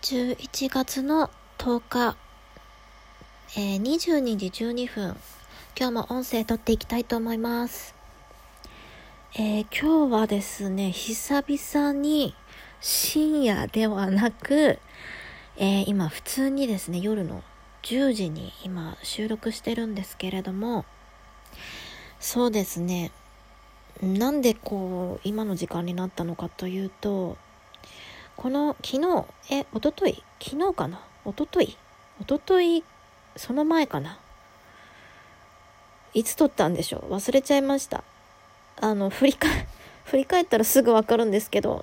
11月の10日、22時12分、今日も音声撮っていきたいと思います。今日はですね、久々に深夜ではなく、今普通にですね、夜の10時に今収録してるんですけれども、そうですね、なんで今の時間になったのかというと、昨日、一昨日、その前かな。いつ撮ったんでしょう。忘れちゃいました。振り返ったらすぐわかるんですけど、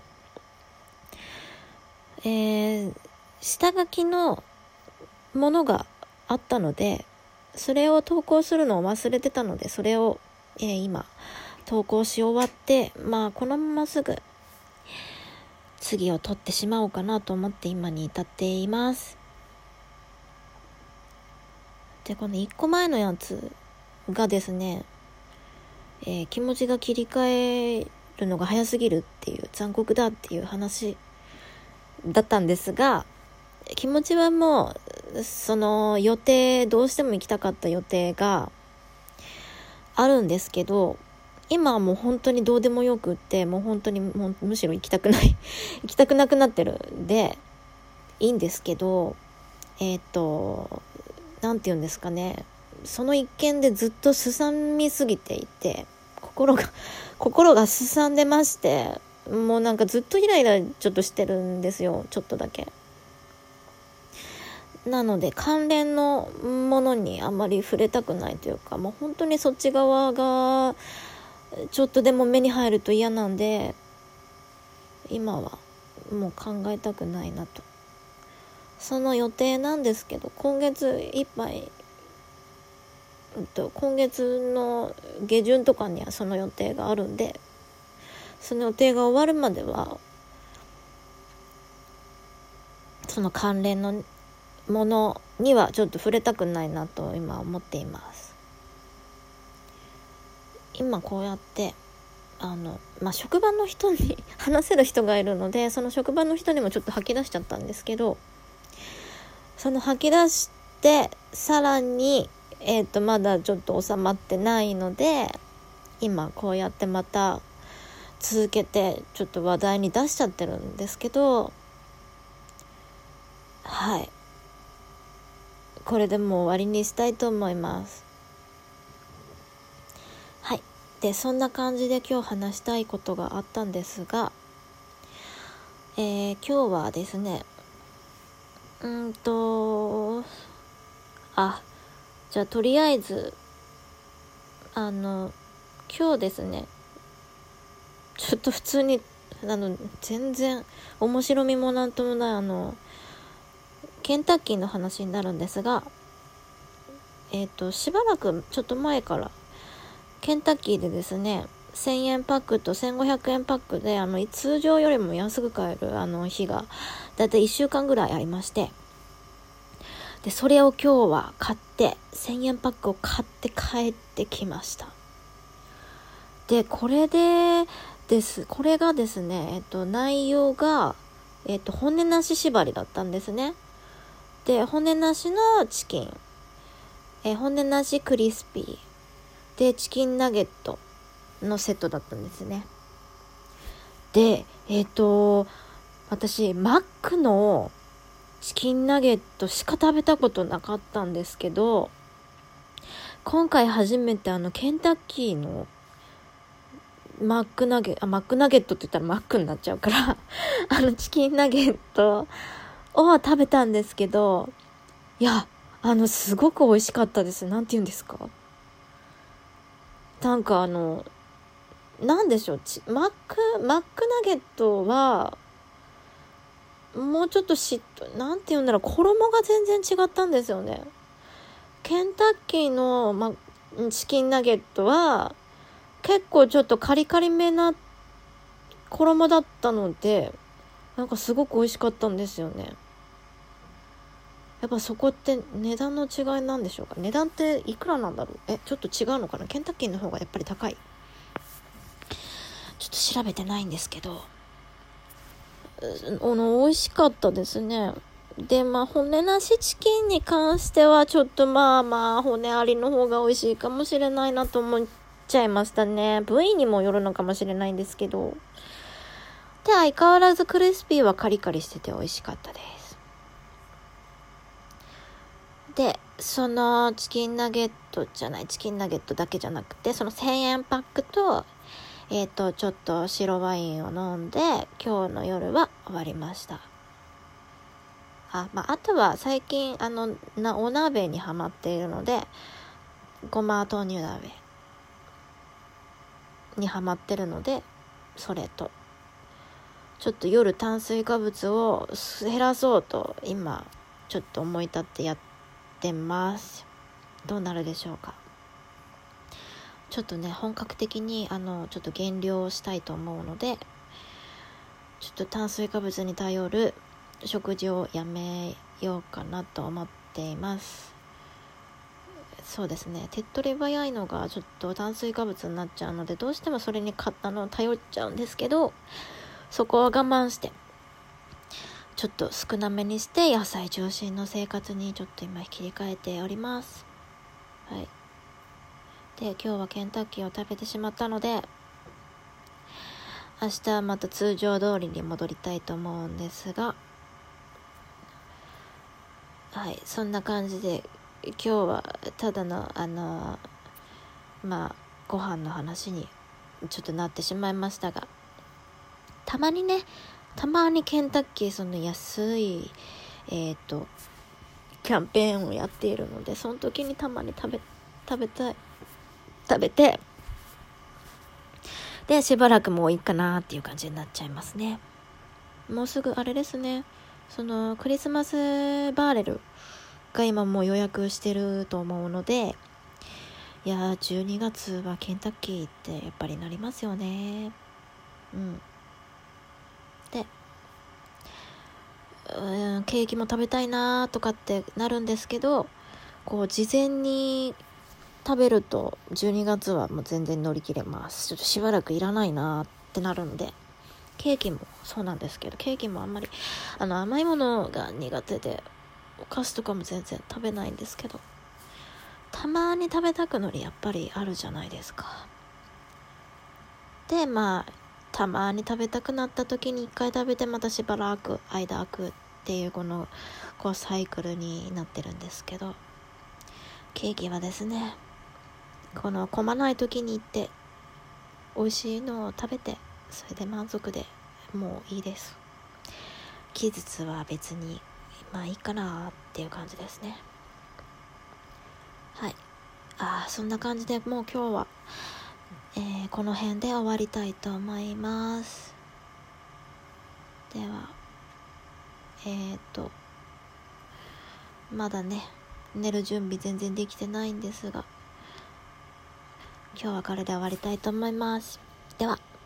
下書きのものがあったので、それを投稿するのを忘れてたので、それを、今投稿し終わって、このまますぐ次を撮ってしまおうかなと思って今に至っています。で、この1個前のやつがですね、気持ちが切り替えるのが早すぎるっていう、残酷だっていう話だったんですが、気持ちはもうその予定、どうしても行きたかった予定があるんですけど、今はもう本当にどうでもよくって、もう本当にむしろ行きたくなくなってるんでいいんですけど、なんて言うんですかね、その一件でずっとすさみすぎていて、心がすさんでまして、もうなんかずっとイライラちょっとしてるんですよ、ちょっとだけ。なので関連のものにあまり触れたくないというか、もう本当にそっち側がちょっとでも目に入ると嫌なんで、今はもう考えたくないなと。その予定なんですけど、今月いっぱい、今月の下旬とかにはその予定があるんで、その予定が終わるまではその関連のものにはちょっと触れたくないなと今思っています。今こうやって職場の人に話せる人がいるので、その職場の人にもちょっと吐き出しちゃったんですけど、その吐き出してさらにまだちょっと収まってないので、今こうやってまた続けてちょっと話題に出しちゃってるんですけど、はい、これでもう終わりにしたいと思います。はい。で、そんな感じで今日話したいことがあったんですが、今日はですね、じゃあとりあえず今日ですね、ちょっと普通に全然面白みもなんともないケンタッキーの話になるんですが、しばらくちょっと前からケンタッキーでですね、1000円パックと1500円パックで通常よりも安く買える日がだいたい1週間ぐらいありまして、でそれを今日は買って1000円パックを買って帰ってきました。でこれがですね、内容が骨なし縛りだったんですね。で骨なしのチキン、骨なしクリスピーでチキンナゲットのセットだったんですね。で私マックのチキンナゲットしか食べたことなかったんですけど、今回初めてケンタッキーのマックナゲットって言ったらマックになっちゃうからチキンナゲットを食べたんですけど、いやすごく美味しかったです。なんて言うんですか、なんかなんでしょう、マックナゲットはもうちょっとなんて言うんだろう、衣が全然違ったんですよね。ケンタッキーの、チキンナゲットは結構ちょっとカリカリめな衣だったので、なんかすごく美味しかったんですよね。やっぱそこって値段の違いなんでしょうか。値段っていくらなんだろう。ちょっと違うのかな。ケンタッキーの方がやっぱり高い。ちょっと調べてないんですけど、美味しかったですね。 で、骨なしチキンに関してはちょっと骨ありの方が美味しいかもしれないなと思っちゃいましたね。部位にもよるのかもしれないんですけど。で、相変わらずクリスピーはカリカリしてて美味しかったです。で、そのチキンナゲットだけじゃなくて、その1000円パックと、ちょっと白ワインを飲んで、今日の夜は終わりました。あとは最近、お鍋にハマっているので、ごま豆乳鍋にハマってるので、それと、ちょっと夜炭水化物を減らそうと、今、ちょっと思い立ってやってます。どうなるでしょうか。ちょっとね、本格的に、ちょっと減量したいと思うので、ちょっと炭水化物に頼る食事をやめようかなと思っています。そうですね、手っ取り早いのがちょっと炭水化物になっちゃうので、どうしてもそれに頼っちゃうんですけど、そこは我慢してちょっと少なめにして野菜中心の生活にちょっと今切り替えております。はい。で、今日はケンタッキーを食べてしまったので、明日はまた通常通りに戻りたいと思うんですが、はい、そんな感じで今日はただのご飯の話にちょっとなってしまいましたが、たまにケンタッキーその安いキャンペーンをやっているので、その時にたまに食べて、でしばらくもういいかなっていう感じになっちゃいますね。もうすぐあれですね、そのクリスマスバーレルが今もう予約してると思うので、いや12月はケンタッキーってやっぱりなりますよね。で、ケーキも食べたいなとかってなるんですけど、こう事前に食べると12月はもう全然乗り切れます。ちょっとしばらくいらないなってなるんで、ケーキもそうなんですけど、ケーキもあんまり甘いものが苦手で、お菓子とかも全然食べないんですけど、たまに食べたくなりやっぱりあるじゃないですか。で、たまに食べたくなった時に一回食べて、またしばらく間空くっていうこうサイクルになってるんですけど、ケーキはですね、この混まない時に行って美味しいのを食べて、それで満足でもういいです。期日は別にいいかなっていう感じですね。はい。そんな感じでもう今日は、この辺で終わりたいと思います。ではまだね、寝る準備全然できてないんですが、今日はこれで終わりたいと思います。では。